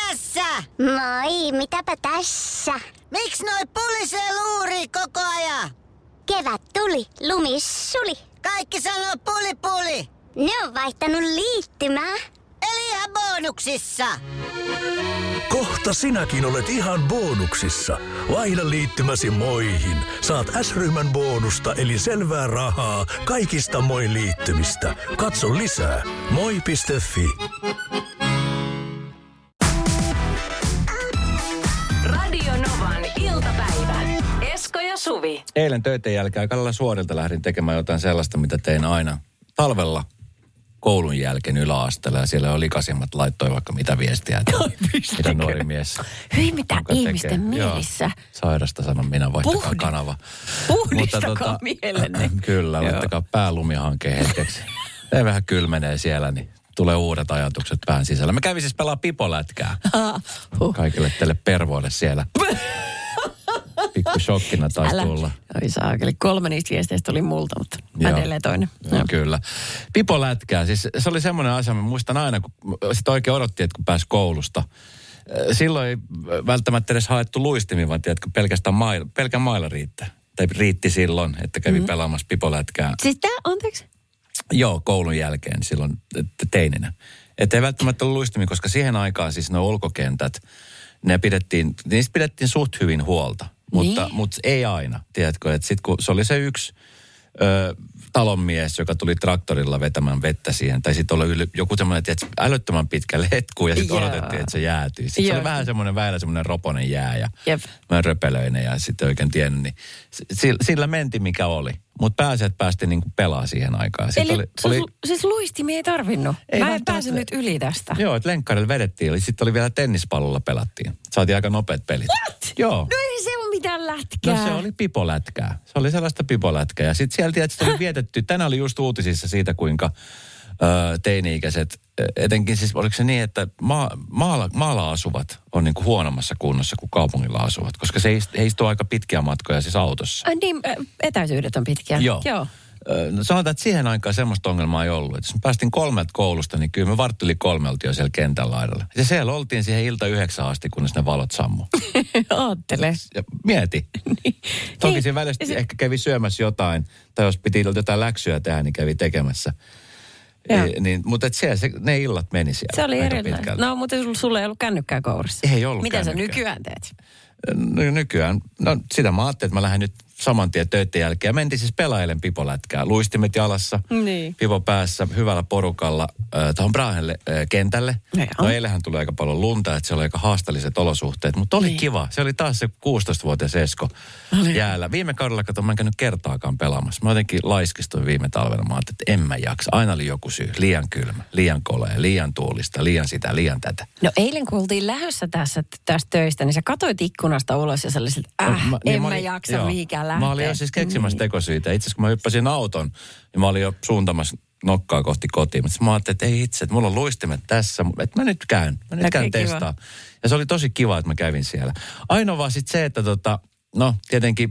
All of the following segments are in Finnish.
tässä? Moi, mitäpä tässä? Miksi noi pulisee luurii koko ajan? Kevät tuli, lumi suli. Kaikki sanoo puli. Ne on vaihtanut liittymää. Eli ihan bonuksissa. Kohta sinäkin olet ihan bonuksissa. Vaihda liittymäsi Moihin. Saat S-ryhmän bonusta eli selvää rahaa kaikista Moi-liittymistä. Katso lisää. Moi.fi. Radio Novan iltapäivä. Esko ja Suvi. Eilen töiden jälkeen aika lailla suorilta lähdin tekemään jotain sellaista, mitä tein aina talvella koulun jälkeen yläasteella. Ja siellä on likasimmat laittoi vaikka mitä viestiä, että mitä nuori mies. Hyi, mitä ihmisten mielissä. Joo, sairasta sanon minä, vaihtakaa kanava. Puhdistakaa mielenne. Kyllä, laittakaa päälumihankkeen hetkeksi. Se vähän kylmenee siellä, niin tulee uudet ajatukset pään sisällä. Mä kävin siis pelaa pipolätkää. Kaikille teille pervoille siellä. Pikku shokkina taisi tulla. Oi saakeli, 3 niistä viesteistä oli multa, mutta edelleen toinen. Joo, kyllä. Pipolätkää, siis se oli semmoinen asia, mä muistan aina, kun sit oikein odottiin, että kun pääsi koulusta. Silloin ei välttämättä edes haettu luistimia, vaan tiedätkö, pelkästään pelkän mailla riittää. Tai riitti silloin, että kävi pelaamassa pipolätkää. Siis anteeksi? Joo, koulun jälkeen silloin teininä. Että ei välttämättä ollut luistimia, koska siihen aikaan siis ne ulkokentät, niistä pidettiin suht hyvin huolta. Mutta ei aina, tiedätkö, että sitten kun se oli se yksi talonmies, joka tuli traktorilla vetämään vettä siihen, tai sitten oli joku semmoinen, että älyttömän pitkä letku, ja sitten odotettiin, että se jäätyy. Sitten se oli vähän semmoinen väillä semmoinen roponen jää, ja mä röpelöinen, ja sitten oikein tiennyt, niin sillä menti mikä oli. Mutta pääset päästiin niinku pelaa siihen aikaan. Eli siis luistimia ei tarvinnut? Mä en pääse nyt yli tästä. Joo, että lenkkarilla vedettiin, eli sitten oli vielä tennispallolla pelattiin. Saatiin aika nopeat pelit. What? Joo. No ei se ole mitään lätkää. No se oli pipolätkää. Se oli sellaista pipolätkää. Ja sitten siellä tietysti oli vietetty, tänään oli just uutisissa siitä, kuinka teini-ikäiset, etenkin siis oliko se niin, että maalla asuvat on niin kuin huonommassa kunnossa kuin kaupungilla asuvat, koska se he istuu aika pitkiä matkoja siis autossa. Niin, etäisyydet on pitkiä. Joo. No sanotaan, että siihen aikaan semmoista ongelmaa ei ollut. Että jos me päästiin 3 koulusta, niin kyllä me 2:45 jo siellä kentän laidalla. Ja siellä oltiin siihen ilta 9 asti, kunnes ne valot sammu. Aattele. Ja mieti. Toki siinä välistä ehkä kävi syömässä jotain, tai jos piti jotain läksyjä tehdä, niin kävi tekemässä. Mutta ne illat meni siellä. Se oli erilainen. No, mutta sulla ei ollut kännykkää kourassa. Ei ollut Miten kännykkää. sä nykyään teet? No, nykyään, sitä mä ajattelin, että mä lähden nyt saman tien töiden jälkeen. Mentiin siis pelailen pipolätkää. Luistimet jalassa, pipo päässä, hyvällä porukalla tuohon Braahelle kentälle. No eilähän tuli aika paljon lunta, että se oli aika haasteelliset olosuhteet, mutta oli kiva. Se oli taas se 16-vuotias Esko jäällä. Viime kaudella, mä en käynyt kertaakaan pelaamassa. Mä jotenkin laiskistuin viime talvena. Mä ajattelin, että en mä jaksa. Aina oli joku syy. Liian kylmä, liian kolea, liian tuulista, liian sitä, liian tätä. No eilen kun oltiin lähdössä tästä töistä, niin sä katsoit ikkunasta ulos ja sellaiset, en mä jaksa mihinkään lähteä. Mä olin jo siis keksimässä tekosyitä. Itse asiassa kun mä hyppäsin auton, niin mä olin jo suuntamassa nokkaa kohti kotiin. Mutta mä ajattelin, että ei itse, että mulla on luistimet tässä, että mä nyt käyn testaa. Ja se oli tosi kiva, että mä kävin siellä. Ainoa vaan sitten se, että tietenkin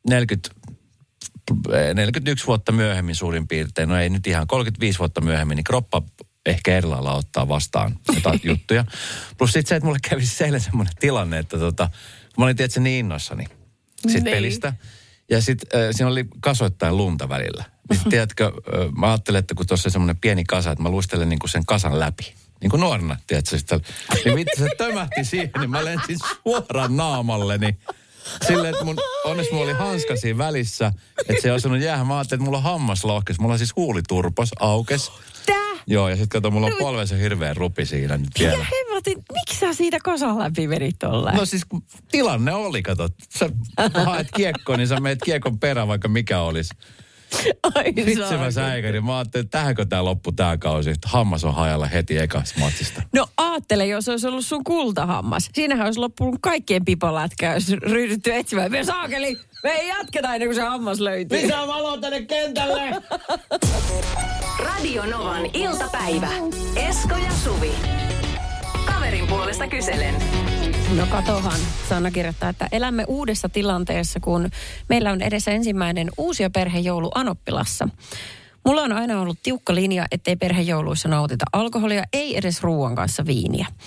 41 vuotta myöhemmin suurin piirtein, no ei nyt ihan 35 vuotta myöhemmin, niin kroppa ehkä eri lailla ottaa vastaan jotain juttuja. Plus sitten se, että mulle kävi eilen semmoinen tilanne, että mä olin tietysti niin innoissani siitä pelistä. Ja sitten siinä oli kasoittain lunta välillä. Niin tiedätkö, mä ajattelin, että kun tuossa on semmoinen pieni kasa, että mä luistelen niin kuin sen kasan läpi. Niin kuin nuorena, tiedätkö? Niin vittu se tömähti siihen, niin mä lensin suoraan naamalleni. Silleen, että onneksi mulla oli hanska siinä välissä, että se ei osunut jäähän. Mä ajattelin, että mulla on hammas lohkes, mulla on siis huuliturpos aukes. Joo, ja sitten kato, mulla on polvessa hirveä rupi siinä nyt vielä. Mitä hemmatin, miksi sä siitä kasan läpi vedit tolleen? No siis tilanne oli, kato. Sä haet kiekkoon, niin sä meet kiekon perään, vaikka mikä olisi. Vitsi mä säikärin. Mä ajattelin, että tähänkö tää loppu tää kausi. Hammas on hajalla heti ekasta matsista. No aattele, jos olisi ollut sun kultahammas. Siinähän olisi loppunut kaikkien pipolätkää, jos ryhdytty etsimään. Me saakeli, me ei jatketa ennen kuin se hammas löytyy. Lisää valoa tänne kentälle! Radio Novan iltapäivä. Esko ja Suvi. Kaverin puolesta kyselen. No katohan, Sanna kirjoittaa, että elämme uudessa tilanteessa, kun meillä on edessä ensimmäinen uusioperhejoulu Anoppilassa. Mulla on aina ollut tiukka linja, ettei perhejouluissa nautita alkoholia, ei edes ruoan kanssa viiniä.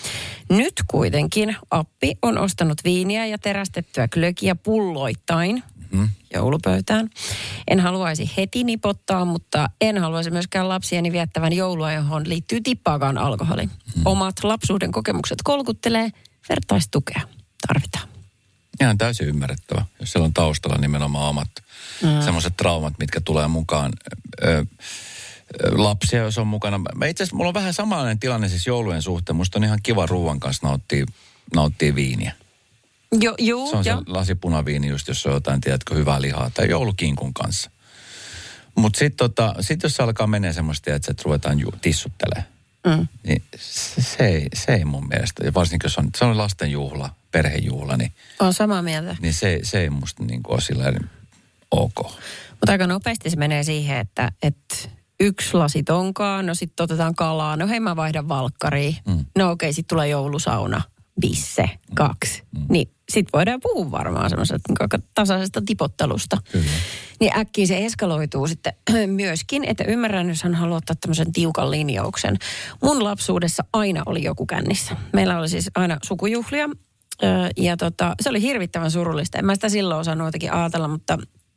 Nyt kuitenkin appi on ostanut viiniä ja terästettyä glögiä pulloittain joulupöytään. En haluaisi heti nipottaa, mutta en haluaisi myöskään lapsieni viettävän joulua, johon liittyy tippaakaan alkoholi. Omat lapsuuden kokemukset kolkuttelee, vertaistukea tarvitaan. Ihan täysin ymmärrettävä, jos siellä on taustalla nimenomaan omat semmoiset traumat, mitkä tulee mukaan. Lapsia, jos on mukana. Itse asiassa mulla on vähän samanlainen tilanne siis joulujen suhteen. Musta on ihan kiva ruuan kanssa nauttia viiniä. Joo. Se on se lasipunaviini just, jos on jotain, tiedätkö, hyvää lihaa tai joulukinkun kanssa. Mutta sit jos se alkaa menee semmoista, että ruvetaan tissuttelemaan, niin se ei mun mielestä. Ja varsinkin, jos se on lastenjuhla, perhejuhla, niin... On samaa mieltä. Niin se ei musta niin kuin ole sillä ok. Mutta aika nopeasti se menee siihen, että yksi lasi tonkaa, no sitten otetaan kalaa, no hei mä vaihdan valkkariin. No okei, sitten tulee joulusauna, bisse, 2. Niin sitten voidaan puhua varmaan semmoisesta niin tasaisesta tipottelusta. Kyllä. Niin äkkiä se eskaloituu sitten myöskin, että ymmärrän, jos hän haluaa ottaa tämmöisen tiukan linjauksen. Mun lapsuudessa aina oli joku kännissä. Meillä oli siis aina sukujuhlia ja se oli hirvittävän surullista. En mä sitä silloin osannut jotenkin ajatella, mutta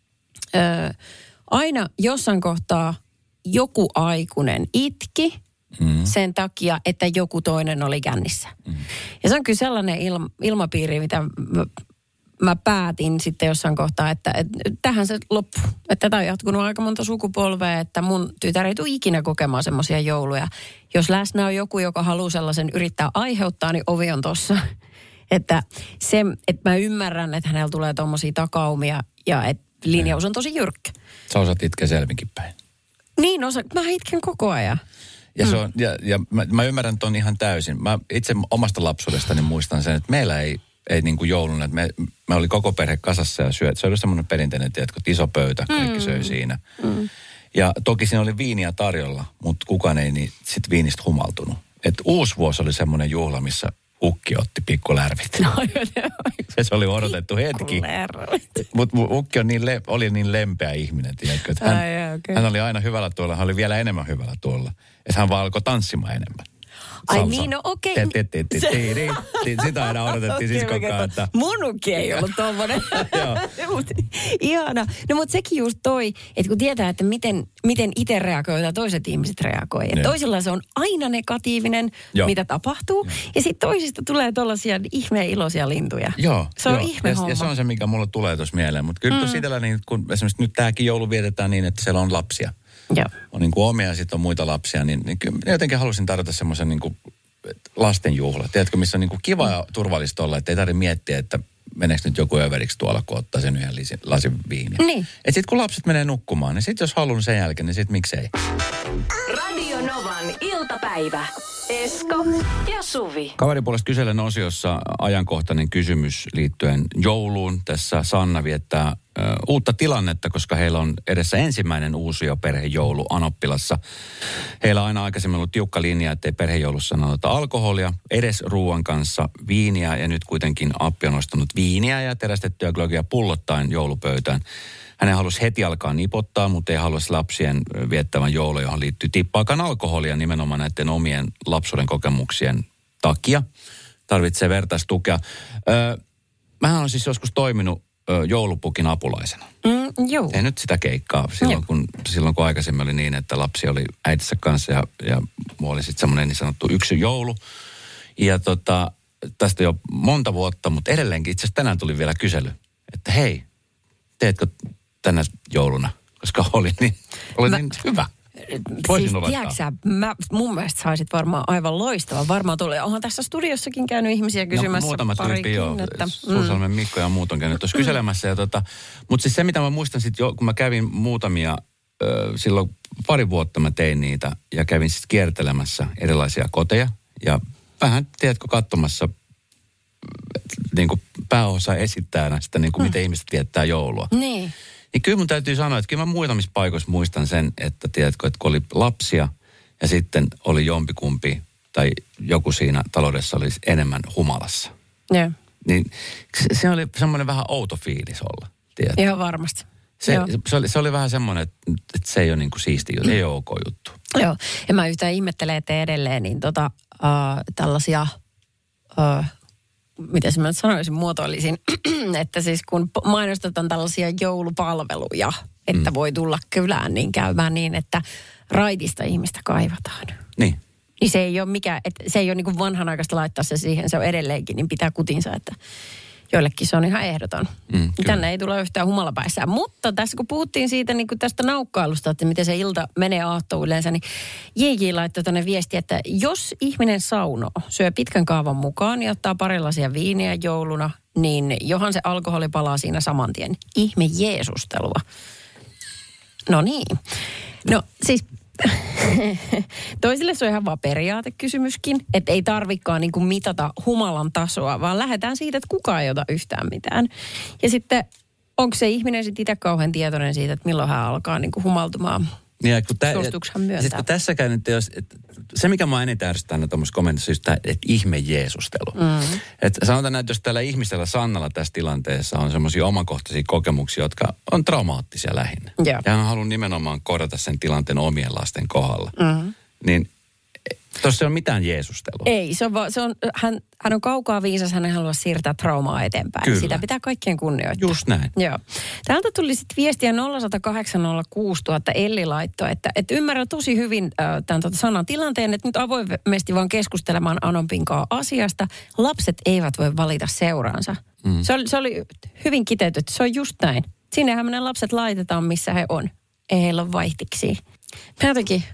aina jossain kohtaa joku aikuinen itki sen takia, että joku toinen oli kännissä. Ja se on kyllä sellainen ilmapiiri, mitä mä päätin sitten jossain kohtaa, että tähän se loppuu. Että tätä on jatkunut aika monta sukupolvea, että mun tytär ei tule ikinä kokemaan semmoisia jouluja. Jos läsnä on joku, joka haluaa sellaisen yrittää aiheuttaa, niin ovi on tossa. Että mä ymmärrän, että hänellä tulee tommosia takaumia ja että linjaus on tosi jyrkkä. Sä osaat itkeä selvinkin päin. Niin, mä itken koko ajan. Ja, se on, ja mä ymmärrän ton ihan täysin. Mä itse omasta lapsuudestani muistan sen, että meillä ei niin kuin jouluna, että me oli koko perhe kasassa ja syöt. Se oli semmoinen perinteinen, tiedätkö, iso pöytä, kaikki söi siinä. Ja toki siinä oli viiniä tarjolla, mutta kukaan ei sit viinistä humaltunut. Että uusi vuosi oli semmoinen juhla, missä ukki otti pikkulärvit. No, se oli odotettu hetki. Mutta ukki oli niin lempeä ihminen, tiedätkö, että hän oli aina hyvällä tuolla, hän oli vielä enemmän hyvällä tuolla. Että hän vaan alkoi tanssimaan enemmän. Ai niin, no okei. Sitä aina odotettiin siskokkaan, että... Mun ukki ei ollut tommonen. Ihana. No mutta sekin just toi, että kun tietää, että miten itse reagoi ja toiset ihmiset reagoi. Että toisilla se on aina negatiivinen, mitä tapahtuu. Ja sitten toisista tulee tollaisia ihmeen iloisia lintuja. Se on ihme homma. Ja se on se, mikä mulle tulee tuossa mieleen. Mutta kyllä tossa itsellä niin, kun esimerkiksi nyt tämäkin joulu vietetään niin, että siellä on lapsia. Joo. On niin kuin omia ja sitten on muita lapsia, niin jotenkin halusin tarjota semmoisen niin kuin lastenjuhla. Tiedätkö, missä on niin kuin kiva ja turvallista olla, että ei tarvitse miettiä, että meneekö nyt joku överiksi tuolla, kun ottaa sen yhden lasin viiniä. Niin. Että sitten kun lapset menee nukkumaan, niin sitten jos haluan sen jälkeen, niin sitten miksei. Radio Novan iltapäivä. Esko ja Suvi. Kaveripuolesta kyselen osiossa ajankohtainen kysymys liittyen jouluun. Tässä Sanna viettää uutta tilannetta, koska heillä on edessä ensimmäinen uusioperhejoulu Anoppilassa. Heillä on aina aikaisemmin ollut tiukka linja, ettei perhejoulussa nautita alkoholia, edes ruoan kanssa viiniä, ja nyt kuitenkin appi on ostanut viiniä ja terästettyä glögiä pullottain joulupöytään. Hän halusi heti alkaa nipottaa, mutta ei haluaisi lapsien viettävän joulu, johon liittyy tippaakaan alkoholia nimenomaan näiden omien lapsuuden kokemuksien takia. Tarvitsee vertaistukea. Mähän olen siis joskus toiminut joulupukin apulaisena. Joo. Ei nyt sitä keikkaa silloin kun aikaisemmin oli niin, että lapsi oli äitinsä kanssa ja mulla oli sitten semmoinen niin sanottu yksi joulu. Ja tästä jo monta vuotta, mutta edelleenkin itse asiassa tänään tuli vielä kysely, että hei, teetkö tänä jouluna? Koska oli niin hyvä. Voisin siis tiedätkö mun mielestä saisit varmaan aivan loistava. Varmaan tulee, onhan tässä studiossakin käynyt ihmisiä kysymässä. No, muutama tyyppi joo. Suursalmen Mikko ja muut on käynyt tuossa kyselemässä. Mutta siis se, mitä mä muistan sitten jo, kun mä kävin muutamia, silloin pari vuotta mä tein niitä ja kävin sitten kiertelemässä erilaisia koteja. Ja vähän, tiedätkö, katsomassa niin kuin pääosa esittää sitä, niin kuin miten ihmiset viettää joulua. Niin. Niin kyllä mun täytyy sanoa, että kyllä mä muutamissa paikoissa muistan sen, että tiedätkö, että kun oli lapsia ja sitten oli jompikumpi tai joku siinä taloudessa olisi enemmän humalassa. Joo. Niin se oli semmoinen vähän outo fiilis olla, tiedätkö? Ihan varmasti. Se oli vähän semmoinen, että se ei ole niin kuin siisti juttu, ei ole ok juttu. Joo, ja mä yhtään ihmettelen, että edelleen niin tällaisia miten mä nyt sanoisin, muotoilisin, että siis kun mainostetaan tällaisia joulupalveluja, että voi tulla kylään, niin käymään niin, että raitista ihmistä kaivataan. Niin. Niin se ei ole mikään, että se ei ole niin kuin vanhanaikaista laittaa se siihen, se on edelleenkin, niin pitää kutinsa, että joillekin se on ihan ehdoton. Tänne ei tule yhtään humalapäissään. Mutta tässä kun puhuttiin siitä niin kuin tästä naukkailusta, että miten se ilta menee aattoon yleensä, niin JJ laittoi tänne viestiä, että jos ihminen saunoo, syö pitkän kaavan mukaan ja ottaa parilaisia viiniä jouluna, niin johan se alkoholi palaa siinä saman tien. Ihme jeesustelua. No niin. No siis toisille se on ihan vaan periaatekysymyskin, että ei tarvikaan niin kuin mitata humalan tasoa, vaan lähdetään siitä, että kukaan ei ota yhtään mitään. Ja sitten onko se ihminen sitten itse kauhean tietoinen siitä, että milloin hän alkaa niin kuin humaltumaan? Ja suosituksihan myöntää. Sitten kun tässäkään nyt se mikä mä eniten ärsyttää aina tuommoisessa kommentissa, just tämä, että ihme jeesustelu. Että sanotaan, että jos tällä ihmisellä Sannalla tässä tilanteessa on semmoisia omakohtaisia kokemuksia, jotka on traumaattisia lähinnä. Ja hän haluaa nimenomaan korjata sen tilanteen omien lasten kohdalla. Niin tuossa ei ole mitään jeesustelua. Ei, hän on kaukaa viisas, hän ei halua siirtää traumaa eteenpäin. Kyllä. Sitä pitää kaikkien kunnioittaa. Just näin. Joo. Täältä tuli sitten viestiä 0806000 Elli laittoi, että ymmärrän tosi hyvin tämän Sannan tilanteen, että nyt avoimesti vaan keskustelemaan Anompinkaan asiasta. Lapset eivät voi valita seuraansa. Se oli hyvin kiteytetty, se on just näin. Sinnehän meidän lapset laitetaan, missä he on. Ei heillä ole vaihtiksi. Mä jotenkin...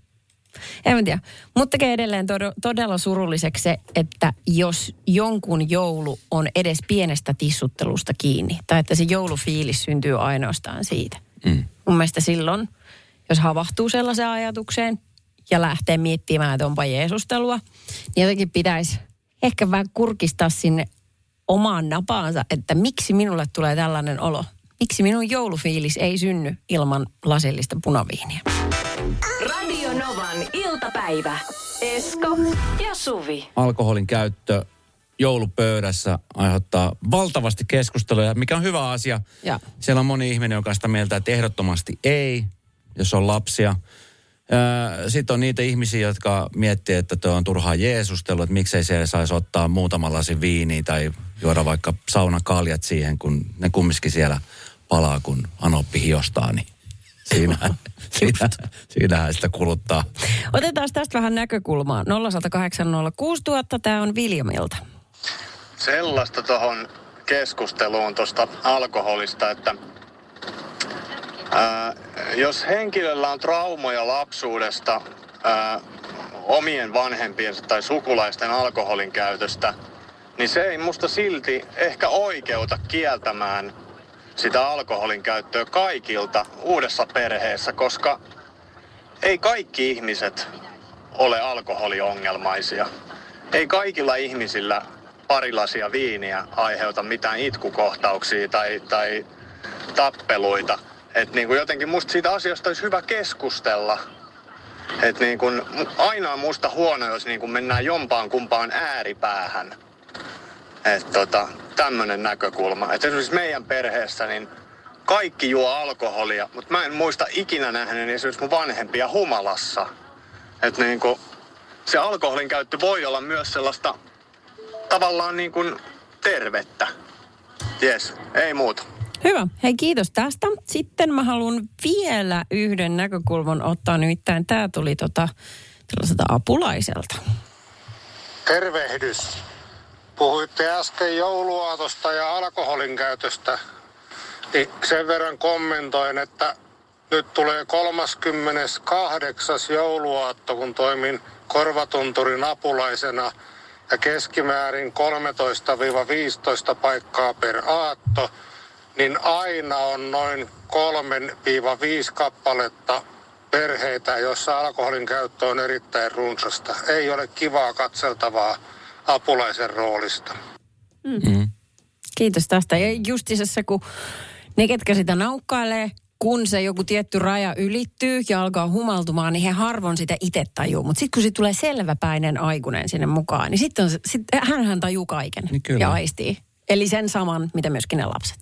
En mä tiedä. Mutta tekee edelleen todella surulliseksi se, että jos jonkun joulu on edes pienestä tissuttelusta kiinni, tai että se joulufiilis syntyy ainoastaan siitä. Mun mielestä silloin, jos havahtuu sellaiseen ajatukseen ja lähtee miettimään, että onpa jeesustelua, niin jotenkin pitäisi ehkä vähän kurkistaa sinne omaan napaansa, että miksi minulle tulee tällainen olo. Miksi minun joulufiilis ei synny ilman lasillista punaviiniä. Radio Novan iltapäivä. Esko ja Suvi. Alkoholin käyttö joulupöydässä aiheuttaa valtavasti keskusteluja, mikä on hyvä asia. Ja. Siellä on moni ihminen, joka on sitä mieltä, että ehdottomasti ei, jos on lapsia. Sitten on niitä ihmisiä, jotka miettii, että tuo on turhaa jeesustelu, että miksei se saisi ottaa muutaman lasin viiniä tai juoda vaikka saunakaljat siihen, kun ne kumminkin siellä palaa, kun Anoppi hiostaa, niin siinähän sitä kuluttaa. Otetaan tästä vähän näkökulmaa. 0806000, tämä on Viljamilta. Sellaista tuohon keskusteluun tuosta alkoholista, että jos henkilöllä on traumoja lapsuudesta omien vanhempiensa tai sukulaisten alkoholin käytöstä, niin se ei musta silti ehkä oikeuta kieltämään sitä alkoholin käyttöä kaikilta uudessa perheessä, koska ei kaikki ihmiset ole alkoholiongelmaisia. Ei kaikilla ihmisillä parilaisia viiniä aiheuta mitään itkukohtauksia tai tappeluita. Että niin kuin jotenkin musta siitä asiasta olisi hyvä keskustella. Että niin kuin aina on musta huono, jos niin kuin mennään jompaan kumpaan ääripäähän. Että tämmönen näkökulma. Että esimerkiksi meidän perheessä niin kaikki juo alkoholia, mutta mä en muista ikinä nähneeni esimerkiksi mun vanhempia humalassa. Että niin kuin se alkoholin käyttö voi olla myös sellaista tavallaan niin kuin tervettä. Jes, ei muuta. Hyvä. Hei, kiitos tästä. Sitten mä haluan vielä yhden näkökulman ottaa, nimittäin tämä tuli tällaiselta apulaiselta. Tervehdys. Puhuitte äsken jouluaatosta ja alkoholin käytöstä, niin sen verran kommentoin, että nyt tulee 38. jouluaatto, kun toimin Korvatunturin apulaisena ja keskimäärin 13-15 paikkaa per aatto, niin aina on noin 3-5 kappaletta perheitä, joissa alkoholin käyttö on erittäin runsasta. Ei ole kivaa katseltavaa apulaisen roolista. Kiitos tästä. Ja justiinsa kun ne, ketkä sitä naukkailee, kun se joku tietty raja ylittyy ja alkaa humaltumaan, niin he harvoin sitä itse tajuu. Mutta sitten kun siitä tulee selväpäinen aikuinen sinne mukaan, niin sitten hänhän tajuu kaiken niin ja aistii. Eli sen saman, mitä myöskin ne lapset.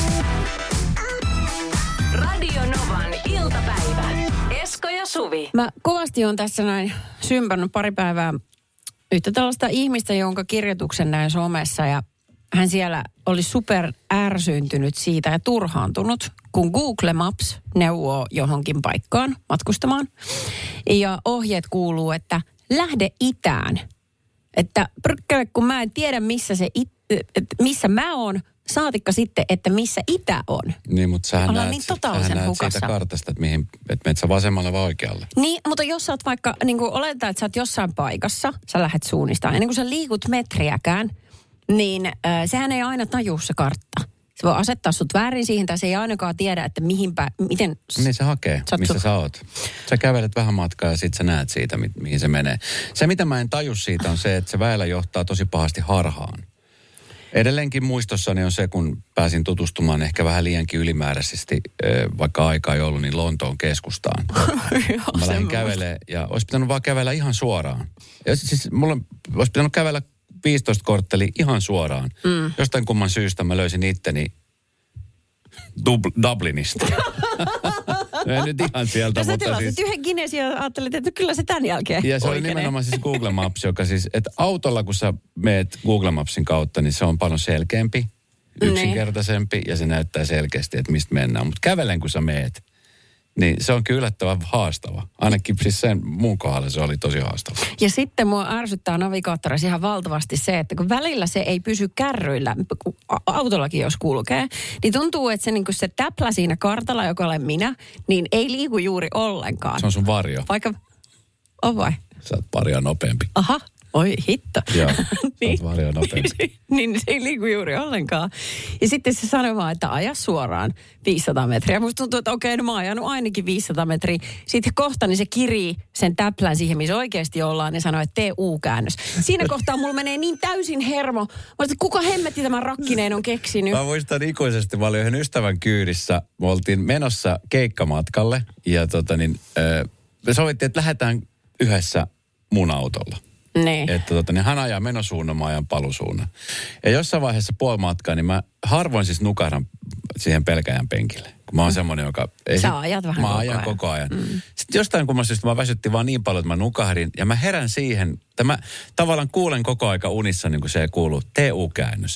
Radio Novan iltapäivä. Esko ja Suvi. Mä kovasti on tässä näin sympännyt pari päivää yhtä tällaista ihmistä, jonka kirjoituksen näin somessa ja hän siellä oli super ärsyntynyt siitä ja turhaantunut, kun Google Maps neuvoo johonkin paikkaan matkustamaan. Ja ohjeet kuuluu, että lähde itään. Että kun mä en tiedä, missä mä oon, saatikka sitten, että missä itä on. Niin, mutta sähän näet, niin totaalisen hukassa siitä kartasta, että menet sä vasemmalle vai oikealle. Niin, mutta jos sä oot vaikka, niin kuin oletetaan, että sä oot jossain paikassa, sä lähdet suunnistaan, ennen kuin sä liikut metriäkään, niin sehän ei aina tajua se kartta. Se voi asettaa sut väärin siihen, tai se ei ainakaan tiedä, että miten... Niin se hakee, missä sä oot. Sä kävelet vähän matkaa ja sit sä näet siitä, mihin se menee. Se, mitä mä en taju siitä, on se, että se väellä johtaa tosi pahasti harhaan. Edelleenkin muistossani on se, kun pääsin tutustumaan ehkä vähän liiankin ylimääräisesti, vaikka aika ei ollut, niin Lontoon keskustaan. Mä lähdin kävelemään ja olisi pitänyt vaan kävellä ihan suoraan. Ja siis mulla olisi pitänyt kävellä 15 kortteli ihan suoraan. Jostain kumman syystä mä löysin itteni Dublinista. Ei nyt ihan sieltä, ja mutta siis... yhden Guinnessin ja ajattelit, että kyllä se tämän jälkeen ja se oli nimenomaan siis Google Maps, joka siis, että autolla kun sä meet Google Mapsin kautta, niin se on paljon selkeämpi, yksinkertaisempi ja se näyttää selkeästi, että mistä mennään. Mutta kävelen kun sä meet, niin se on kyllä yllättävän haastava. Ainakin siis sen muun kohdalla se oli tosi haastava. Ja sitten mua ärsyttää navigaattorissa ihan valtavasti se, että kun välillä se ei pysy kärryillä, kun autollakin jos kulkee, niin tuntuu, että se täplä siinä kartalla, joka olen minä, niin ei liiku juuri ollenkaan. Se on sun varjo. Vaikka, on vai? Sä oot varjoa nopeampi. Aha. Oi hitto. Joo, olet varjoa nopeampi. Niin se ei liiku juuri ollenkaan. Ja sitten se sanoi vaan, että aja suoraan 500 metriä. Musta tuntuu, että okei, no mä oon ajanut ainakin 500 metriä. Sitten kohta niin se kirii sen täplän siihen, missä oikeasti ollaan, ja sanoi, että tee U-käännös. Siinä kohtaa mulla menee niin täysin hermo. Mä olin, että kuka hemmetti tämän rakkineen on keksinyt? Mä muistan ikuisesti, mä olin yhden ystävän kyydissä. Me oltiin menossa keikkamatkalle, ja me sovittiin, että lähdetään yhdessä mun autolla. Niin. Että niin hän ajaa menosuunnan, mä ajan palusuunnan. Ja jossain vaiheessa puolimatkaa, niin mä harvoin siis nukahdan siihen pelkäjän penkille. Kun mä oon semmoinen, joka... Sä ajat vähän koko ajan. Sitten jostain kummasta syystä mä väsyttiin vaan niin paljon, että mä nukahdin. Ja mä herän siihen, että mä tavallaan kuulen koko aika unissa, niin kuin se kuuluu, TU-käännös.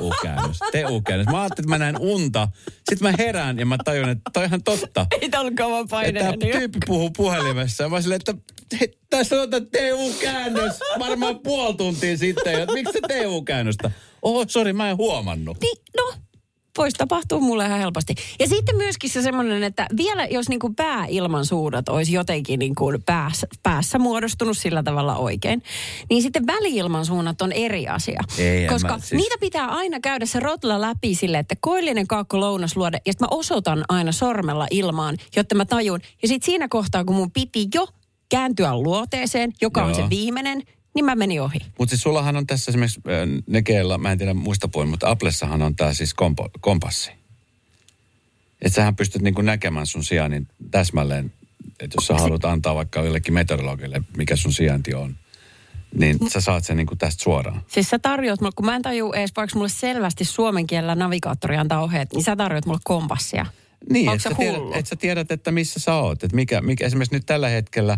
Mä ajattelin, että mä näen unta. Sitten mä herään ja mä tajun, että toi on ihan totta. Ei tää ollut kova paine. Että tyyppi puhuu puhelimessa. Ja mä silleen, että tässä on TU-käännös varmaan puoli tuntia sitten. Miksi se TU-käännöstä? Sori, mä en huomannut. Niin, no, voisi tapahtua mulle ihan helposti. Ja sitten myöskin se semmoinen, että vielä jos niinku pääilmansuudat olisi jotenkin niinku päässä muodostunut sillä tavalla oikein, niin sitten väli-ilmansuunnat on eri asia. Koska niitä pitää aina käydä se rotla läpi sille, että koillinen, kaakko, lounas, luode, ja sitten mä osoitan aina sormella ilmaan, jotta mä tajun. Ja sitten siinä kohtaa, kun mun piti jo kääntyä luoteeseen, joka on se viimeinen, niin mä menin ohi. Mutta siis sullahan on tässä esimerkiksi Negeellä, mä en tiedä muista puolella, mutta Applessahan on tää siis kompassi. Että sähän pystyt niinku näkemään sun sijainnin täsmälleen, että jos sä haluat antaa vaikka jollekin meteorologille, mikä sun sijainti on, niin sä saat sen niinku tästä suoraan. Siis sä tarjoat mulle, kun mä en tajua edes, vaikka mulle selvästi suomen kielellä navigaattori antaa ohjeet, niin sä tarjoat mulle kompassia. Niin, että sä tiedät, että missä sä oot. Että mikä esimerkiksi nyt tällä hetkellä...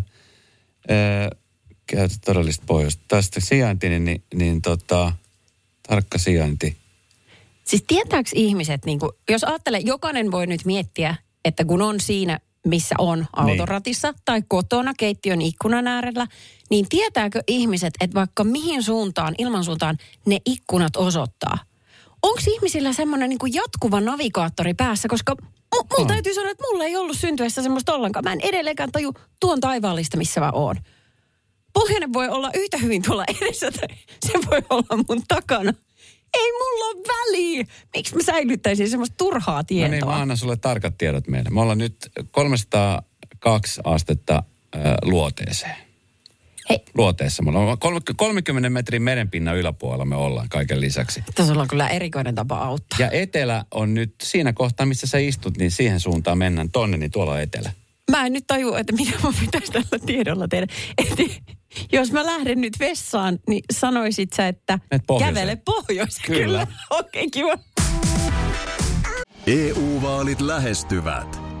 Käytä todellista pohjoista. Tästä sijainti, niin tarkka sijainti. Siis tietääkö ihmiset, niin kuin, jos ajattelee, jokainen voi nyt miettiä, että kun on siinä, missä on autoratissa tai kotona keittiön ikkunan äärellä, niin tietääkö ihmiset, että vaikka mihin suuntaan, ilmansuuntaan ne ikkunat osoittaa? Onko ihmisillä semmoinen niin kuin jatkuva navigaattori päässä, koska mulla täytyy sanoa, että mulla ei ollut syntyessä semmoista ollenkaan. Mä en edelleenkään taju tuon taivaallista, missä mä oon. Pohjoinen voi olla yhtä hyvin tuolla edessä tai se voi olla mun takana. Ei mulla ole väliä. Miksi mä säilyttäisin semmoista turhaa tietoa? No niin, mä annan sulle tarkat tiedot meille. Me ollaan nyt 302 astetta luoteeseen. Hei. Luoteessa. Me ollaan 30 metrin merenpinnan yläpuolella me ollaan kaiken lisäksi. Tässä on kyllä erikoinen tapa auttaa. Ja etelä on nyt siinä kohtaa, missä sä istut, niin siihen suuntaan mennään tonne, niin tuolla on etelä. Mä en nyt tajua, että mitä mä pitäisi tällä tiedolla tehdä. Että jos mä lähden nyt vessaan, niin sanoisit sä, että kävele pohjoiseen. Kyllä. Okei, kiva. EU-vaalit lähestyvät.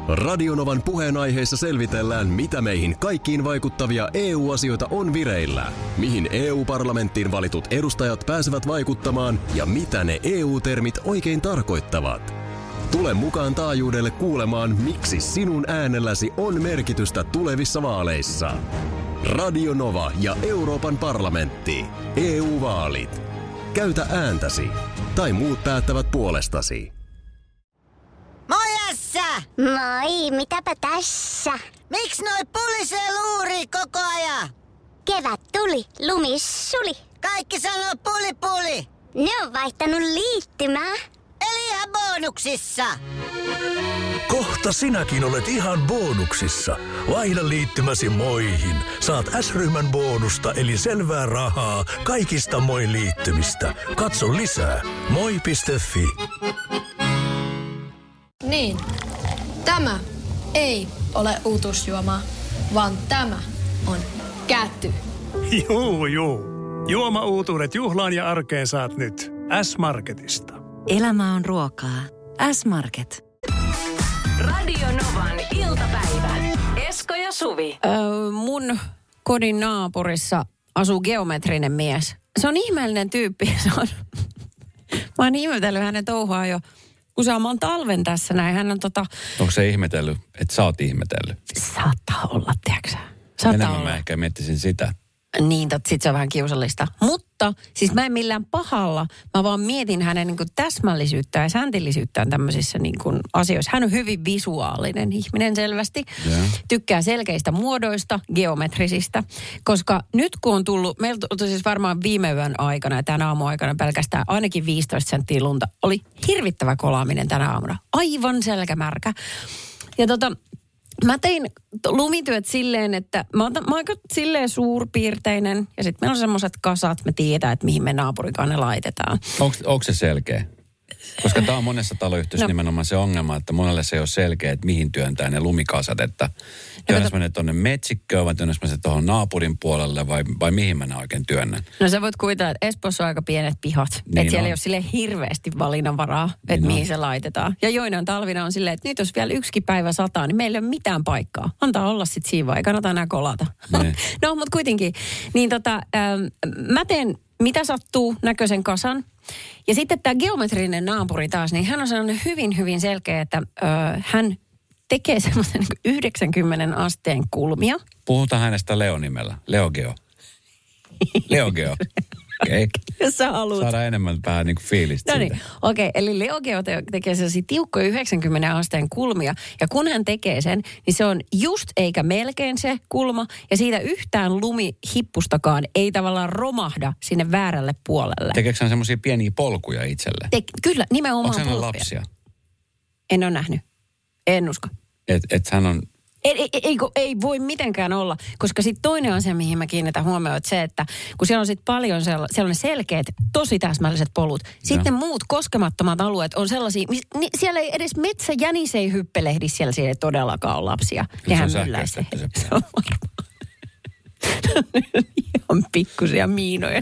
Radio-Novan puheenaiheessa selvitellään, mitä meihin kaikkiin vaikuttavia EU-asioita on vireillä, mihin EU-parlamenttiin valitut edustajat pääsevät vaikuttamaan ja mitä ne EU-termit oikein tarkoittavat. Tule mukaan taajuudelle kuulemaan, miksi sinun äänelläsi on merkitystä tulevissa vaaleissa. Radio Nova ja Euroopan parlamentti. EU-vaalit. Käytä ääntäsi. Tai muut päättävät puolestasi. Moi Ässä! Moi, mitäpä tässä? Miks noi pulisee luuri koko ajan? Kevät tuli, lumi suli. Kaikki sanoo puli. Ne on vaihtanut liittymää. Eli ihan bonuksissa. Kohta sinäkin olet ihan bonuksissa. Vaihda liittymäsi Moihin. Saat S-ryhmän bonusta eli selvää rahaa kaikista Moi-liittymistä. Katso lisää. Moi.fi. Niin, tämä ei ole uutuusjuoma, vaan tämä on käty. Juu. Juoma-uutuudet juhlaan ja arkeen saat nyt S-Marketista. Elämä on ruokaa. S-Market. Radio Novan iltapäivä. Esko ja Suvi. Mun kodin naapurissa asuu geometrinen mies. Se on ihmeellinen tyyppi. Mä oon ihmetellyt hänen touhuaan jo useamman talven tässä näin. Hän on Onko se ihmetellyt, että sä oot ihmetellyt? Saattaa olla, tiedätkö Enemmän mä ehkä miettisin sitä. Niin, sit se on vähän kiusallista. Mutta siis mä en millään pahalla. Mä vaan mietin hänen niin kuin täsmällisyyttä ja sääntillisyyttään tämmöisissä niin kuin asioissa. Hän on hyvin visuaalinen ihminen selvästi. Yeah. Tykkää selkeistä muodoista, geometrisistä. Koska nyt kun on tullut, meillä on siis varmaan viime yön aikana ja tänä aamuaikana pelkästään ainakin 15 senttiä lunta. Oli hirvittävä kolaaminen tänä aamuna. Aivan selkämärkä. Ja mä tein lumityöt silleen, että mä oon aika silleen suurpiirteinen. Ja sitten meillä on semmoiset kasat, me tiedetään, että mihin me naapurikaan ne laitetaan. Onko se selkeä? Koska tämä on monessa taloyhtiössä nimenomaan se ongelma, että monelle se ei ole selkeä, että mihin työntää ne lumikasat. Että työnnäs mä ne tuonne metsikköön vai työnnäs mä se tuohon naapurin puolelle vai mihin mä ne oikein työnnän? No sä voit kuvitella, että Espoossa on aika pienet pihat. Niin että siellä ei ole silleen hirveästi valinnanvaraa, että niin mihin se laitetaan. Ja joinain talvina on silleen, että nyt jos vielä yksikin päivä sataa, niin meillä ei ole mitään paikkaa. Antaa olla sitten siinä, ei kannata enää kolata. No, mutta kuitenkin. Niin mä teen mitä sattuu näköisen kasan. Ja sitten tämä geometrinen naapuri taas, niin hän on sellainen hyvin, hyvin selkeä, että hän tekee semmoisen 90 asteen kulmia. Puhutaan hänestä Leo-nimellä. Leogeo. Leogeo. Okei. Jos sä haluat. Saadaan enemmän vähän niin kuin fiilistä. No niin, okei. Eli Leogeo tekee sellaisia tiukkoja 90 asteen kulmia. Ja kun hän tekee sen, niin se on just eikä melkein se kulma. Ja siitä yhtään lumihippustakaan ei tavallaan romahda sinne väärälle puolelle. Tekeekö hän semmoisia pieniä polkuja itselle? Kyllä, nimenomaan polkuja. Onko hän lapsia? En ole nähnyt. En usko. Et hän on... Ei voi mitenkään olla, koska sitten toinen asia, mihin mä kiinnitän huomioon, että se, että kun siellä on sitten paljon sellainen selkeät, tosi täsmälliset polut. Sitten muut koskemattomat alueet on sellaisia, siellä ei edes metsäjänis ei hyppelehdi, siellä ei todellakaan ole lapsia. Nehän mylläisi. Se on varmaan. Ihan pikkusia miinoja.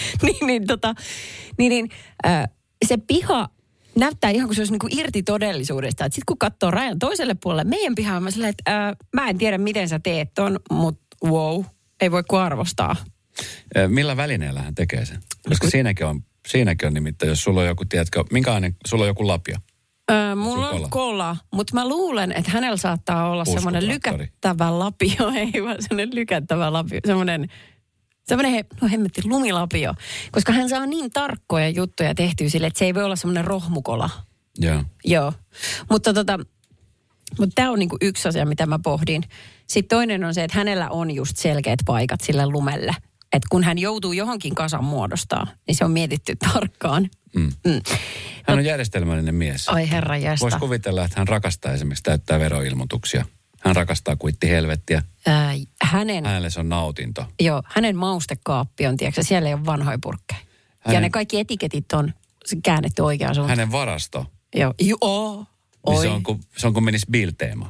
Se piha näyttää ihan kuin se olisi niin irti todellisuudesta. Sitten kun katsoo rajan toiselle puolelle, meidän pihaa on silleen, että mä en tiedä miten sä teet ton, mutta wow, ei voi kuin arvostaa. Millä välineellä hän tekee sen? Koska siinäkin on nimittäin, jos sulla on joku, tiedätkö, minkälainen, sulla on joku lapio? Mulla on kola, mutta mä luulen, että hänellä saattaa olla semmoinen lykättävä lapio, ei vaan semmoinen lykättävä lapio, semmoinen hemmetti lumilapio, koska hän saa niin tarkkoja juttuja tehtyä sille, että se ei voi olla semmoinen rohmukola. Joo. Mutta tämä on niinku yksi asia, mitä mä pohdin. Sitten toinen on se, että hänellä on just selkeät paikat sille lumelle. Että kun hän joutuu johonkin kasan muodostaa, niin se on mietitty tarkkaan. Hän on järjestelmällinen mies. Ai herra jästä. Voisi kuvitella, että hän rakastaa esimerkiksi täyttää veroilmoituksia. Hän rakastaa kuittihelvettiä. Hänelle se on nautinto. Joo, hänen maustekaappi on, tiedätkö, siellä ei ole vanhoja purkkeja. Ja ne kaikki etiketit on käännetty oikeaan suuntaan. Hänen varasto. Joo. Niin se on kuin menisi Bilteema.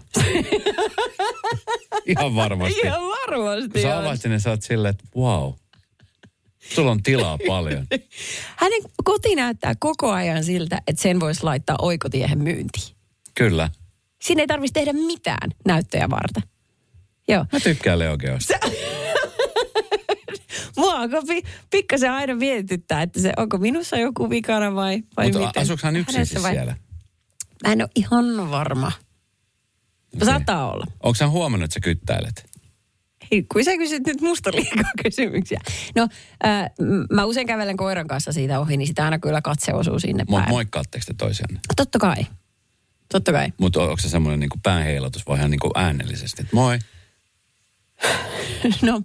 Ihan varmasti. Ihan varmasti. Kun sä avaat sinne, sä oot silleen, että wow. Sulla on tilaa paljon. Hänen koti näyttää koko ajan siltä, että sen voisi laittaa oikotiehen myyntiin. Kyllä. Siinä ei tarvitsisi tehdä mitään näyttöjä varten. Joo. Mä tykkään Leo-geosta. Mua pikkasen aina mietityttää, että onko minussa joku vikana vai miten. Mutta asuuko hän yksin siis siellä? Mä en ole ihan varma. Okay. Saattaa olla. Onko hän huomannut, että sä kyttäilet? Hei, kun sä kysyt nyt musta liikaa kysymyksiä. No, mä usein kävelen koiran kanssa siitä ohi, niin sitä aina kyllä katse osuu sinne päin. Moikkaatteko te toisianne? Totta kai. Mutta onko se semmoinen niin kuin päänheilatus vai ihan niin kuin äänellisesti, että moi? No,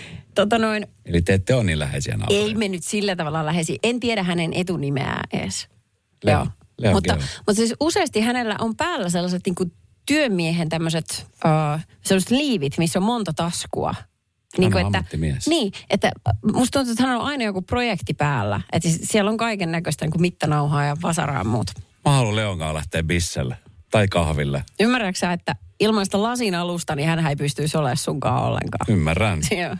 Eli te ette ole niin läheisiä naapureita. Ei me nyt sillä tavalla läheisiä. En tiedä hänen etunimeää edes. Leo mutta siis useasti hänellä on päällä sellaiset niin kuin työmiehen tämmöiset sellaiset liivit, missä on monta taskua. Hän on ammattimies. Niin, että musta tuntuu, että hän on aina joku projekti päällä. Että siellä on kaiken näköistä niin kuin mittanauhaa ja vasaraa ja muuta. Mä haluan Leon kanssa lähteä bisselle tai kahville. Ymmärrätkö sä, että ilman sitä lasin alusta, niin hän ei pystyisi olemaan sunkaan ollenkaan? Ymmärrän.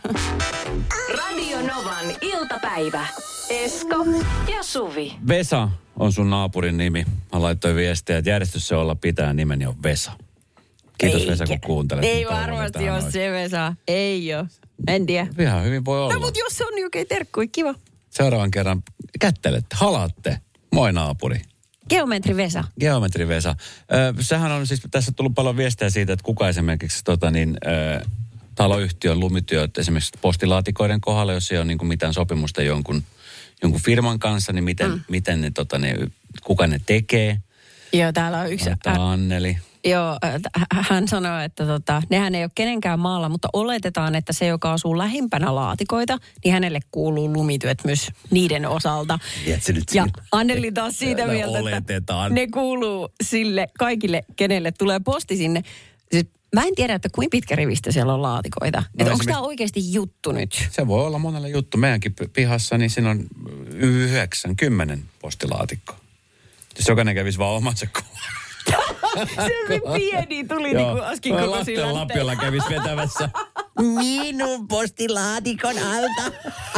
Radio Novan iltapäivä. Esko ja Suvi. Vesa on sun naapurin nimi. Mä laittoin viestiä, että järjestys se olla pitää, nimeni on Vesa. Kiitos Vesa, kun kuuntelet. Ei varmasti ole se Vesa. Ei ole. En tiedä. Ihan hyvin voi olla. No mutta jos on, niin okei, terkkui, kiva. Seuraavan kerran kättelette, halaatte. Moi naapuri. Geometri Vesa. Sehän on siis, tässä on tullut paljon viestejä siitä, että kuka esimerkiksi taloyhtiön lumityöt esimerkiksi postilaatikoiden kohdalla, jos ei ole niin kuin mitään sopimusta jonkun firman kanssa, niin miten ne, kuka ne tekee. Joo, täällä on yksi. Anneli. Joo, hän sanoo, että nehän ei ole kenenkään maalla, mutta oletetaan, että se, joka asuu lähimpänä laatikoita, niin hänelle kuuluu lumityöt myös niiden osalta. Ja Anneli taas siitä mieltä, että ne kuuluu sille kaikille, kenelle tulee posti sinne. Siis mä en tiedä, että kuinka pitkä rivistä siellä on laatikoita. Että onko tämä oikeasti juttu nyt? Se voi olla monelle juttu. Meidänkin pihassa, niin siinä on 10 postilaatikkoa. Jos jokainen kävisi vaan omansa kohdalla. Se pieni tuli niin kuin askin koko sillä. Lasten lapiolla kävisi vetävässä. Minun postilaatikon alta.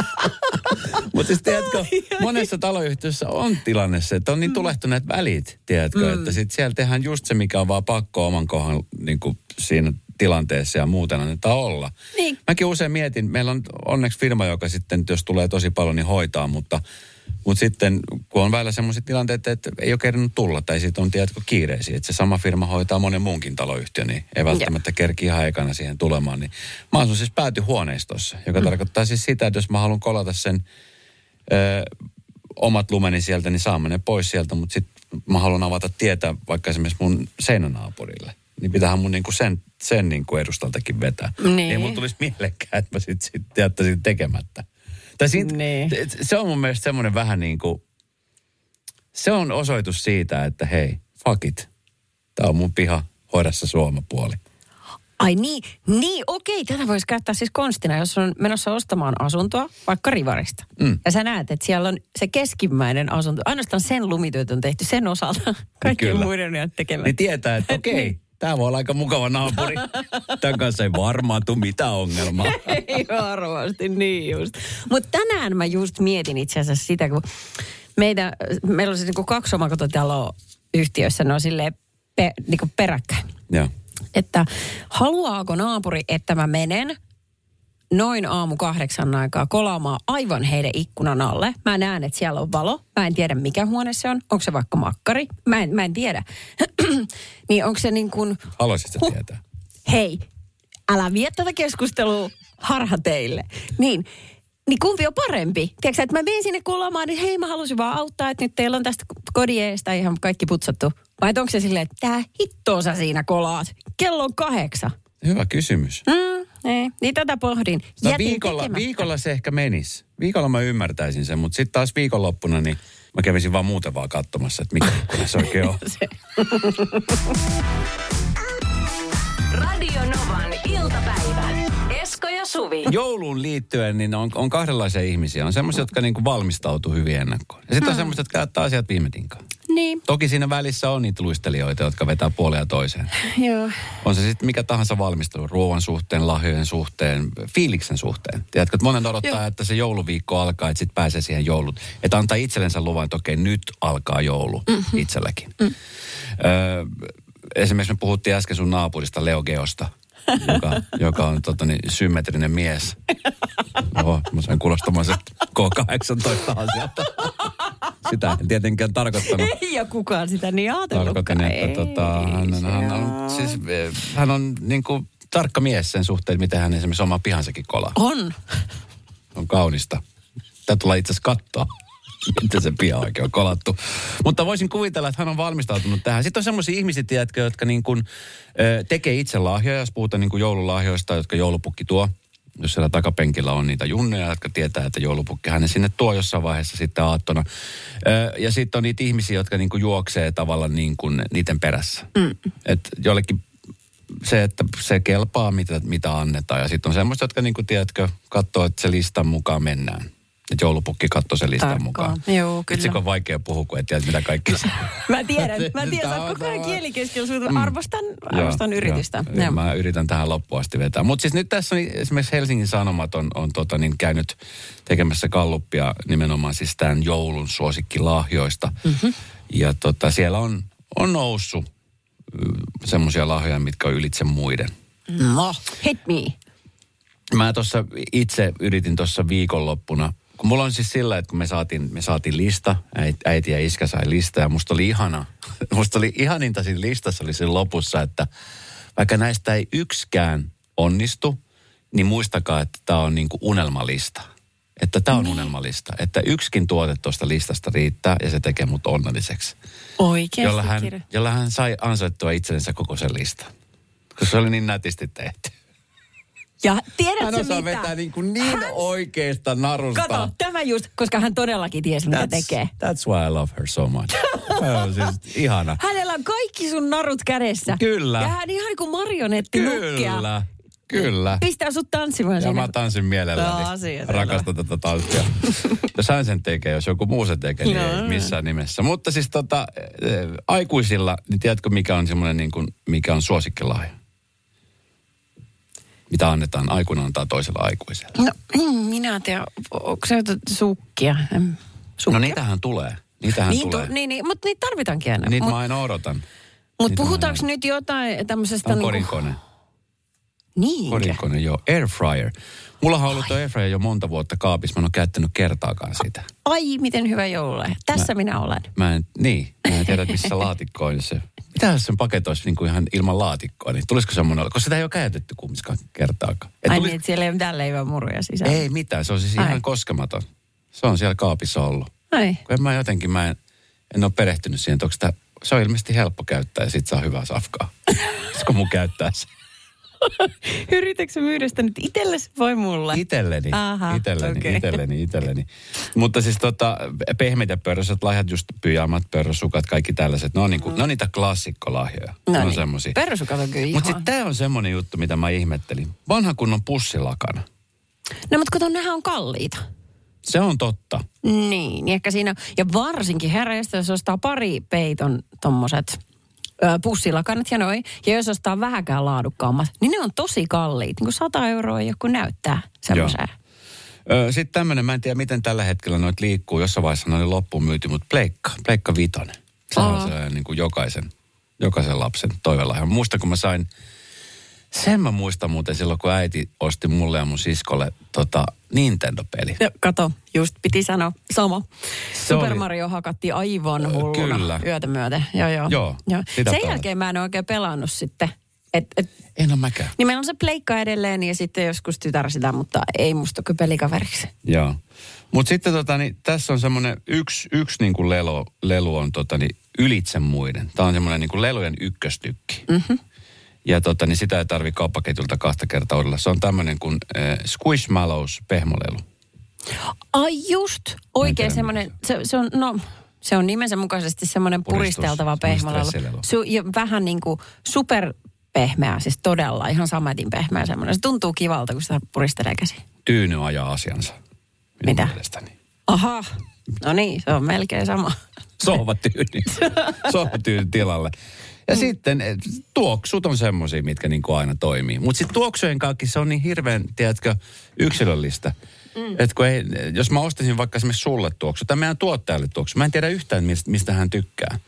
Mutta siis tiedätkö, monessa taloyhtiössä on tilanne se, että on niin tulehtuneet välit, tiedätkö, että sitten siellä tehdään just se, mikä on vaan pakko oman kohan niin kuin siinä tilanteessa ja muuten annetaan olla. Niin. Mäkin usein mietin, meillä on onneksi firma, joka sitten, jos tulee tosi paljon, niin hoitaa, mutta sitten, kun on välillä semmoisia tilanteita, että ei ole kerännyt tulla, tai sitten on, tiedätkö, kiireisiä, että se sama firma hoitaa monen muunkin taloyhtiö, niin ei välttämättä kerki ihan ekana siihen tulemaan. Niin mä asun siis päätyhuoneistossa, joka tarkoittaa siis sitä, että jos mä haluan kolata sen omat lumeni sieltä, niin saamme ne pois sieltä, mutta sitten mä haluan avata tietä vaikka esimerkiksi mun seinänaapurille. Niin pitäähän mun niinku sen niinku edustaltakin vetää. Niin. Ei mun tulisi mielekään, että mä sitten jättäisin tekemättä. Tai se on mun mielestä semmoinen vähän niin kuin, se on osoitus siitä, että hei, fuck it. Tää on mun piha, hoida se suomapuoli. Ai niin, okei, tätä voisi käyttää siis konstina, jos on menossa ostamaan asuntoa, vaikka Rivarista. Ja sä näet, että siellä on se keskimmäinen asunto, ainoastaan sen lumityöt on tehty sen osalta, kaikkien muiden on tekemättä. Niin tietää, että okei. Tää voi olla aika mukava naapuri. Tämän kanssa ei varmaan tule mitään ongelmaa. Ei varmasti, niin just. Mutta tänään mä just mietin itse asiassa sitä, kun meillä on siis niinku 2 omakotitaloa yhtiössä, ne on silleen niinku peräkkäin. Joo. Että haluaako naapuri, että mä menen noin aamu 8 aikaa kolaamaan aivan heidän ikkunan alle. Mä näen, että siellä on valo. Mä en tiedä, mikä huone se on. Onko se vaikka makkari? Mä en tiedä. Niin onko se niin kuin... Haluaisitko tietää? Hei, älä vie tätä keskustelua harha teille. Niin kumpi on parempi? Tiedätkö, että mä menen sinne kolaamaan, niin hei, mä halusin vaan auttaa, että nyt teillä on tästä kodieesta ihan kaikki putsattu. Vai onko se silleen, että tää hittoo sä siinä kolaat? Kello on 8. Hyvä kysymys. Ei, niin tätä pohdin. No viikolla se ehkä menisi. Viikolla mä ymmärtäisin sen, mutta sitten taas viikonloppuna niin mä kävisin vaan muuten vaan katsomassa, että mikä ikkuna se oikein on. Radio Novan iltapäivä. Esko ja Suvi. Jouluun liittyen niin on kahdenlaisia ihmisiä. On semmoisia, jotka niinku valmistautuu hyvin ennakkoon. Ja sitten on semmoisia, jotka käyttää asiat viime tinkaan. Niin. Toki siinä välissä on niitä luistelijoita, jotka vetää puolia toiseen. Joo. On se sitten mikä tahansa valmistelu, ruoan suhteen, lahjojen suhteen, fiiliksen suhteen. Tiedätkö, että monen odottaa, että se jouluviikko alkaa, että sitten pääsee siihen joulut. Että antaa itsellensä luvan, että okei, nyt alkaa joulu itselläkin. esimerkiksi me puhuttiin äsken sun naapurista Leo Geosta, joka on symmetrinen mies. Oho, mä sain kuulostamaan se K18-asialta. Sitä en tietenkään tarkoittanut. Ei ole kukaan sitä niin ajatellutkaan. Tarkoitan, että hän on niin kuin tarkka mies sen suhteen, miten hän esimerkiksi oma pihansakin kolaa. On kaunista. Tää tulee itse asiassa katsoa, miten se piha oikein on kolattu. Mutta voisin kuvitella, että hän on valmistautunut tähän. Sitten on semmoisia ihmisiä, tiedätkö, jotka niin kuin, tekee itse lahjoja, jos puhutaan niin kuin joululahjoista, jotka joulupukki tuo. Jos siellä takapenkillä on niitä junneja, jotka tietää, että joulupukki hänen sinne tuo jossain vaiheessa sitten aattona. Ja sitten on niitä ihmisiä, jotka niin kuin juoksee tavallaan niin kuin niiden perässä. Että jollekin se, että se kelpaa, mitä annetaan. Ja sitten on semmoista, jotka niin kuin, tiedätkö, katsoo, että se listan mukaan mennään. Että joulupukki katsoo sen listan mukaan. Joo, kyllä. Itse on vaikea puhua, kun et tiedä, mitä kaikki Mä tiedän, sä oot koko ajan kielikeskeillä, arvostan yritystä. Joo. Mä yritän tähän loppuun asti vetää. Mutta siis nyt tässä on esimerkiksi Helsingin Sanomat on käynyt tekemässä galluppia nimenomaan siis tämän joulun suosikkilahjoista. Ja siellä on noussut semmoisia lahjoja, mitkä on ylitse muiden. No, hit me. Mä tuossa itse yritin tuossa viikonloppuna, kun mulla on siis sillä, että kun me saatiin lista, äiti ja iskä sai lista ja musta oli ihaninta siinä listassa oli siinä lopussa, että vaikka näistä ei yksikään onnistu, niin muistakaa, että tää on niinku unelmalista. Että tää on unelmalista. Että yksikin tuote tuosta listasta riittää ja se tekee mut onnelliseksi. Oikeasti jolla hän sai ansaittua itsellensä koko sen listan. Koska se oli niin nätisti tehty. Ja tiedätkö hän osaa mitä? vetää niin oikeasta narusta. Kato, tämä just, koska hän todellakin tiesi, mitä tekee. That's why I love her so much. Siis ihana. Hänellä on kaikki sun narut kädessä. Kyllä. Ja hän ihan kuin marionetti nukkea. Kyllä. Pistää sut tanssimaan siinä. Ja mä tanssin mielelläni. Rakastan tätä tanssia. Jos hän sen tekee, jos joku muu sen tekee, niin ei missään nimessä. Mutta siis aikuisilla, niin tiedätkö mikä on semmoinen niin kuin, mikä on suosikkilahja? Mitä annetaan, aikuinen antaa toisella aikuisella? No, minä en tiedä, onko se sukkia? No niitähän tulee. Niin, mutta niitä tarvitaankin aina. Niitä mä aina odotan. Mutta puhutaanko nyt jotain tämmöisestä... On korinkone. Niinkö? Korinkone, joo. Air fryer. Mullahan on ollut air fryer jo monta vuotta kaapissa. Mä en ole käyttänyt kertaakaan sitä. Ai, miten hyvä joululahja. Tässä minä olen. Mä en tiedä, missä laatikko on se. Mitä jos sen paketoisi niin kuin ihan ilman laatikkoa, niin tulisiko semmoinen, koska sitä ei ole käytetty kumminkaan kertaakaan. Niin, että siellä ei ole mitään leivänmuruja sisällä. Ei mitään, se on siis ihan koskematon. Se on siellä kaapissa ollut. Ai. Kun mä en ole perehtynyt siihen, että se on ilmeisesti helppo käyttää ja sit saa hyvää safkaa. Koska mun käyttää se. Yritätkö myydä sitä nyt itsellesi vai mulle? Itselleni. Mutta siis pehmeitä pörröset, lahjat, just pyjamat, pörrösukat, kaikki tällaiset. Ne on niitä klassikkolahjoja. Ne on semmosia. Pörrösukat on kyllä Mutta sitten tää on semmoinen juttu, mitä mä ihmettelin. Vanha kunnon pussilakana. No mutta kato, nehän on kalliita. Se on totta. Niin, ehkä siinä, ja varsinkin herreistä, jos ostaa pari peiton tommoset pussilakanat ja noin. Ja jos ostaa vähäkään laadukkaammat, niin ne on tosi kalliit. Niin kuin 100 euroa joku näyttää semmoiseen. Sitten tämmöinen, mä en tiedä miten tällä hetkellä noit liikkuu. Jossain vaiheessa ne oli loppuun myyty, mutta pleikka vitonen. Se on se niin kuin jokaisen lapsen toivelahja. Muistan, kun mä sain, sen mä muistan muuten silloin, kun äiti osti mulle ja mun siskolle Nintendo-peli. No, kato, just piti sanoa sama. Super Mario hakattiin aivan hulluna. Kyllä. Yötä myöten. Joo. Sen jälkeen mä en oikein pelannut sitten. En ole mäkään. Niin meillä on se pleikka edelleen ja sitten joskus tytär sitä, mutta ei musta kyllä pelikaveriksi. Joo. Mutta sitten tässä on semmoinen yksi niin kuin lelu on ylitse muiden. Tämä on semmoinen niin kuin lelujen ykköstykki. Mhm. Ja niin sitä ei tarvitse kauppaketjulta 2 kertaa odella. Se on tämmöinen kuin Squishmallows pehmolelu. Ai just, oikein semmoinen, se on nimensä mukaisesti semmoinen puristeltava pehmolelu. Ja vähän niin kuin superpehmeä, siis todella ihan sametin pehmeä semmoinen. Se tuntuu kivalta, kun sitä puristelee käsiin. Tyyny ajaa asiansa. Mitä? Mielestäni. Aha, no niin, se on melkein sama. Sohvatyyny tilalle. Ja sitten tuoksut on semmoisia, mitkä niin kuin aina toimii. Mutta sitten tuoksujen kaikki se on niin hirveän, tiedätkö, yksilöllistä. Että jos mä ostaisin vaikka esimerkiksi sulle tuoksu tai meidän tuottajalle tuoksu, mä en tiedä yhtään, mistä hän tykkää.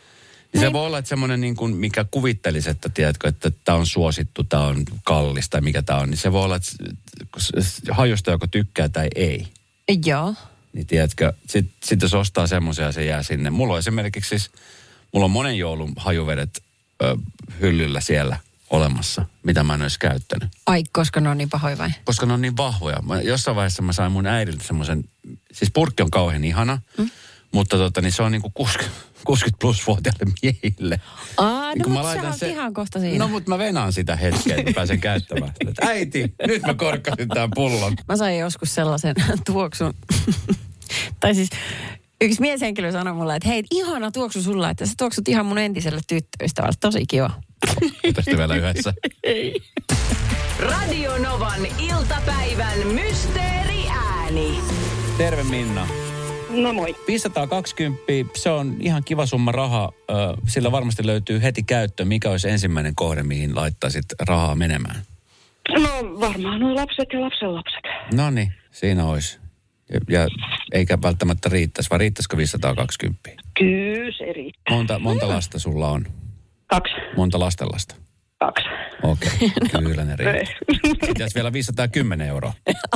Niin se voi olla, että semmoinen niin kuin, mikä kuvittelisi, että tiedätkö, että tämä on suosittu, tämä on kallis tai mikä tämä on. Niin se voi olla, että hajusta joko tykkää tai ei. Joo. Niin tiedätkö, sit jos ostaa semmoisia, se jää sinne. Mulla on esimerkiksi siis, mulla on monen joulun hajuvedet hyllyllä siellä olemassa, mitä mä en olisi käyttänyt. Ai, koska ne on niin pahoja vai? Koska ne on niin vahvoja. Jossain vaiheessa mä sain mun äidiltä semmoisen, siis purkki on kauhean ihana, mutta niin se on niin kuin 60 plus vuotiaille miehille. No mutta sä oot ihan kohta siinä. No mutta mä venaan sitä hetkeä, että pääsen käyttämään. Että äiti, nyt mä korkkasin tämän pullon. Mä sain joskus sellaisen tuoksun. Tai siis yksi mieshenkilö sanoi mulle, että hei, ihana tuoksu sulla, että sä tuoksut ihan mun entiselle tyttöystävälle. Tosi kiva. Tästä vielä yhdessä. Ei. Radio Novan iltapäivän mysteeriääni. Terve Minna. No moi. 520, se on ihan kiva summa rahaa. Sillä varmasti löytyy heti käyttöön. Mikä olisi ensimmäinen kohde, mihin laittaisit rahaa menemään? No varmaan nuo lapset ja lapsenlapset. No niin, siinä olisi. Ja eikä välttämättä riittäisi, vai riittäisikö 520? Kyllä se riittää. Monta lasta sulla on? 2. Monta lastenlasta? 2. Okei, kyllä ne riittää. Pitäisi vielä 510 €.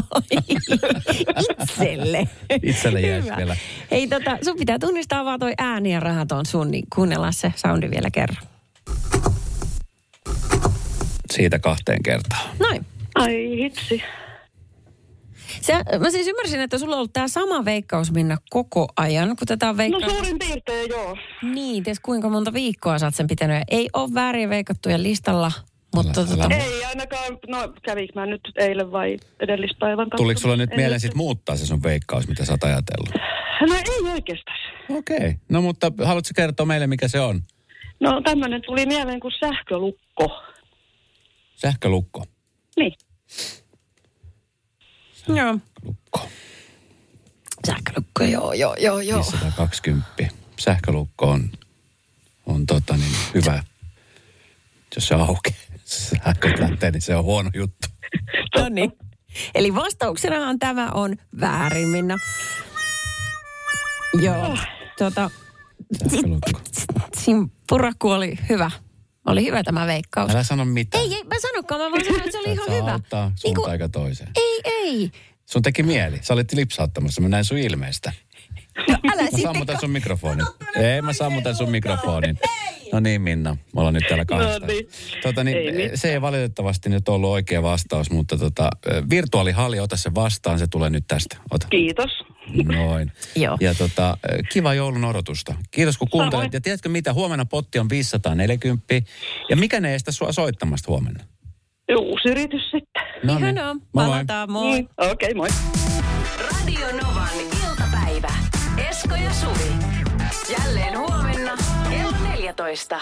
Itselle. Itselle jäisi vielä. Hei sun pitää tunnistaa vaan toi ääni ja rahaton sun, niin kuunnellaan se soundi vielä kerran. Siitä 2 kertaa. Noin. Ai hitsi. Mä siis ymmärsin, että sulla on ollut tää sama veikkaus, Minna, koko ajan, kun tätä on veikkaus. No suurin piirtein, joo. Niin, ties kuinka monta viikkoa sä oot sen pitänyt. Ei ole väärin veikattuja listalla, mutta Ei ainakaan, no kävikö mä nyt eilen vai edellispäivän kanssa. Tuliko sulla nyt mieleen sit muuttaa se sun veikkaus, mitä sä oot ajatellut? No ei oikeastaan. Okei. No mutta haluatko kertoa meille, mikä se on? No tämmönen tuli mieleen kuin sähkölukko. Sähkölukko? Niin. Joo. Lukko. Sähkölukko, joo. 520. Sähkölukko on hyvä, jos se aukeaa. Sähköt lähtee, niin se on huono juttu. No niin. Eli vastauksenahan tämä on väärin, Minna. Joo. Sähkölukko. Simpurakku oli hyvä. Oli hyvä tämä veikkaus. Älä sano mitään. Ei, mä sanokaan, mä vaan sanoin, että se oli ihan hyvä. Auttaa suuntaan eikä toiseen. Ei. Sun teki mieli. Sä olit lipsauttamassa. Mä näin sun ilmeestä. No, älä mä sammutan sun mikrofonin. Ei, mä sammutan sun mikrofonin. No niin, Minna. Me ollaan nyt täällä kahdesta. No niin. Se ei valitettavasti nyt ollut oikea vastaus, mutta virtuaalihalli, ota se vastaan. Se tulee nyt tästä. Ota. Kiitos. Noin. Joo. Ja kiva joulun odotusta. Kiitos kun kuuntelit. Ja tiedätkö mitä? Huomenna potti on 540. Ja mikä ne estä sua soittamasta huomenna? Uusi yritys sitten. No niin. Ihanaa. Palataan, moi. Okei, moi. Radio Novan iltapäivä. Esko ja Suvi. Jälleen huomenna kello 14.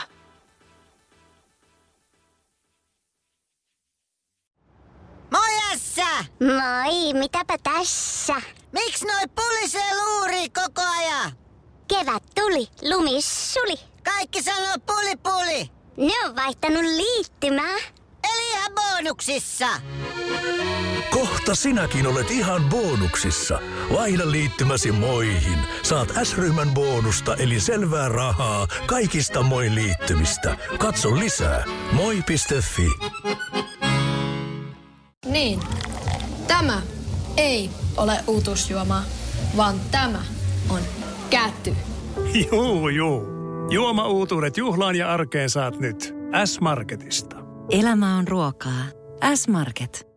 Moi Ässä! Moi, mitäpä tässä? Miks noi pulisee luuri koko ajan? Kevät tuli, lumi suli. Kaikki sanoo puli. Ne on vaihtanut liittymää. Eli ihan bonuksissa. Kohta sinäkin olet ihan bonuksissa. Vaihda liittymäsi Moihin. Saat S-ryhmän bonusta eli selvää rahaa kaikista Moin liittymistä. Katso lisää. Moi.fi. Niin, tämä ei ole uutuusjuomaa, vaan tämä on käty. Juu. Juomauutuudet juhlaan ja arkeen saat nyt S-Marketista. Elämä on ruokaa. S-Market.